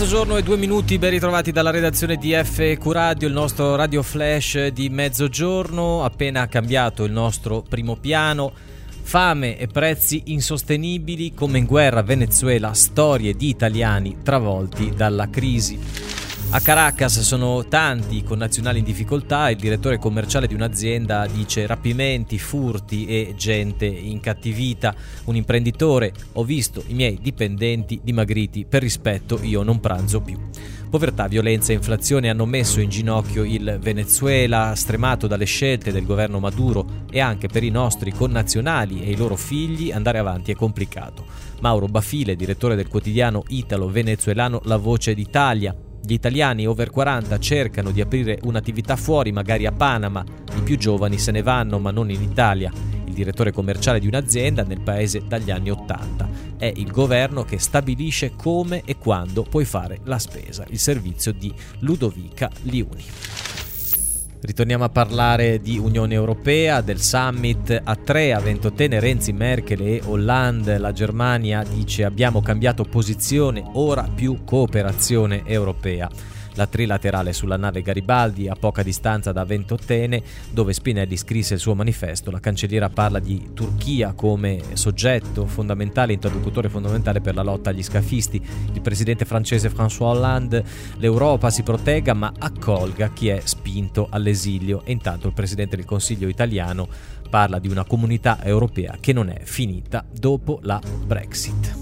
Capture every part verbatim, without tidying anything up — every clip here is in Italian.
Mezzogiorno e due minuti, ben ritrovati dalla redazione di F Q Radio, il nostro radio flash di mezzogiorno. Appena cambiato il nostro primo piano, fame e prezzi insostenibili, come in guerra a Venezuela, storie di italiani travolti dalla crisi. A Caracas sono tanti i connazionali in difficoltà. Il direttore commerciale di un'azienda dice rapimenti, furti e gente incattivita. Un imprenditore: ho visto i miei dipendenti dimagriti, per rispetto io non pranzo più. Povertà, violenza e inflazione hanno messo in ginocchio il Venezuela, stremato dalle scelte del governo Maduro, e anche per i nostri connazionali e i loro figli andare avanti è complicato. Mauro Bafile, direttore del quotidiano italo-venezuelano La Voce d'Italia: gli italiani over quaranta cercano di aprire un'attività fuori, magari a Panama. I più giovani se ne vanno, ma non in Italia. Il direttore commerciale di un'azienda nel paese dagli anni ottanta. È il governo che stabilisce come e quando puoi fare la spesa. Il servizio di Ludovica Liuni. Ritorniamo a parlare di Unione Europea, del summit a tre a Ventotene, Renzi, Merkel e Hollande. La Germania dice: abbiamo cambiato posizione, ora più cooperazione europea. La trilaterale sulla nave Garibaldi, a poca distanza da Ventotene, dove Spinelli scrisse il suo manifesto. La cancelliera parla di Turchia come soggetto fondamentale, interlocutore fondamentale per la lotta agli scafisti. Il presidente francese François Hollande: l'Europa si protegga ma accolga chi è spinto all'esilio. E intanto il presidente del Consiglio italiano parla di una comunità europea che non è finita dopo la Brexit.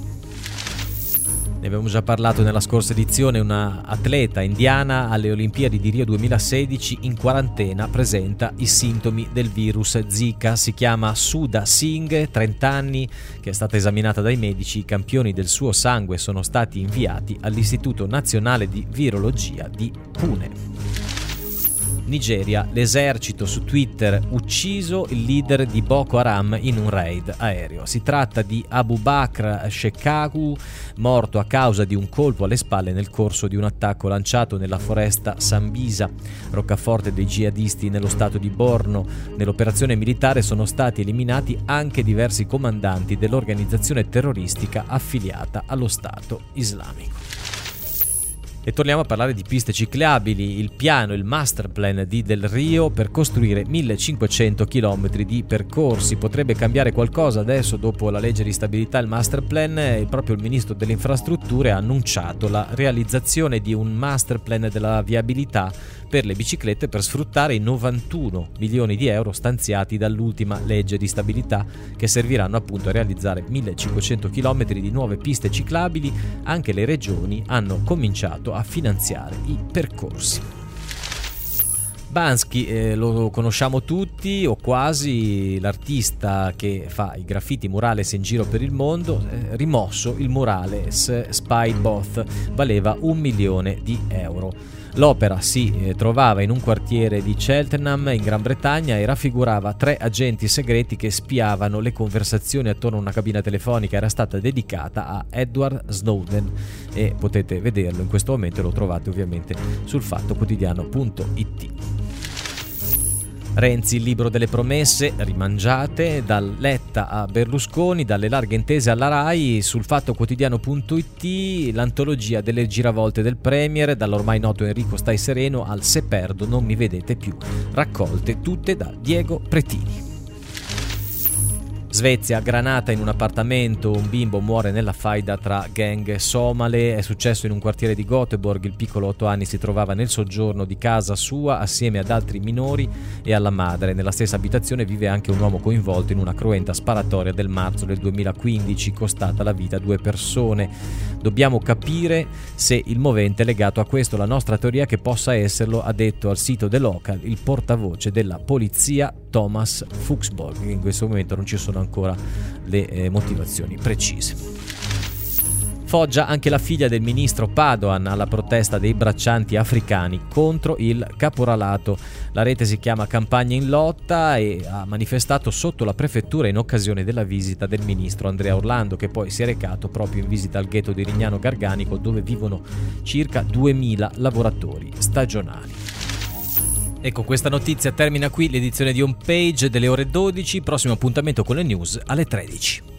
Ne abbiamo già parlato nella scorsa edizione. Una atleta indiana alle Olimpiadi di Rio duemilasedici in quarantena presenta i sintomi del virus Zika. Si chiama Sudha Singh, trenta anni, che è stata esaminata dai medici. I campioni del suo sangue sono stati inviati all'Istituto Nazionale di Virologia di Pune. Nigeria, l'esercito su Twitter: ucciso il leader di Boko Haram in un raid aereo. Si tratta di Abubakar Shekau, morto a causa di un colpo alle spalle nel corso di un attacco lanciato nella foresta Sambisa, roccaforte dei jihadisti nello stato di Borno. Nell'operazione militare sono stati eliminati anche diversi comandanti dell'organizzazione terroristica affiliata allo Stato Islamico. E torniamo a parlare di piste ciclabili. Il piano, il master plan di Del Rio per costruire millecinquecento chilometri di percorsi. Potrebbe cambiare qualcosa adesso dopo la legge di stabilità, il master plan, e proprio il ministro delle infrastrutture ha annunciato la realizzazione di un master plan della viabilità per le biciclette per sfruttare i novantuno milioni di euro stanziati dall'ultima legge di stabilità, che serviranno appunto a realizzare millecinquecento chilometri di nuove piste ciclabili. Anche le regioni hanno cominciato a finanziare i percorsi. Bansky, eh, lo conosciamo tutti o quasi, l'artista che fa i graffiti murales in giro per il mondo. Eh, rimosso il murales Spy Both, valeva un milione di euro. L'opera si eh, trovava in un quartiere di Cheltenham in Gran Bretagna e raffigurava tre agenti segreti che spiavano le conversazioni attorno a una cabina telefonica. Era stata dedicata a Edward Snowden e potete vederlo in questo momento, e lo trovate ovviamente sul fattoquotidiano punto it. Renzi, il libro delle promesse rimangiate, da Letta a Berlusconi, dalle larghe intese alla Rai. Sul fattoquotidiano punto it l'antologia delle giravolte del Premier, dall'ormai noto Enrico Stai Sereno al Se perdo non mi vedete più, raccolte tutte da Diego Pretini. Svezia, granata in un appartamento, un bimbo muore nella faida tra gang somale. È successo in un quartiere di Göteborg. Il piccolo otto anni si trovava nel soggiorno di casa sua assieme ad altri minori e alla madre. Nella stessa abitazione vive anche un uomo coinvolto in una cruenta sparatoria del marzo del duemilaquindici, costata la vita a due persone. Dobbiamo capire se il movente è legato a questo. La nostra teoria è che possa esserlo, ha detto al sito The Local il portavoce della polizia Thomas Fuchsborg. In questo momento non ci sono ancora le eh, motivazioni precise. Foggia anche la figlia del ministro Padoan alla protesta dei braccianti africani contro il caporalato. La rete si chiama Campagna in Lotta e ha manifestato sotto la prefettura in occasione della visita del ministro Andrea Orlando, che poi si è recato proprio in visita al ghetto di Rignano Garganico, dove vivono circa duemila lavoratori stagionali. E con questa notizia termina qui l'edizione di Homepage delle ore dodici. Prossimo appuntamento con le news alle tredici.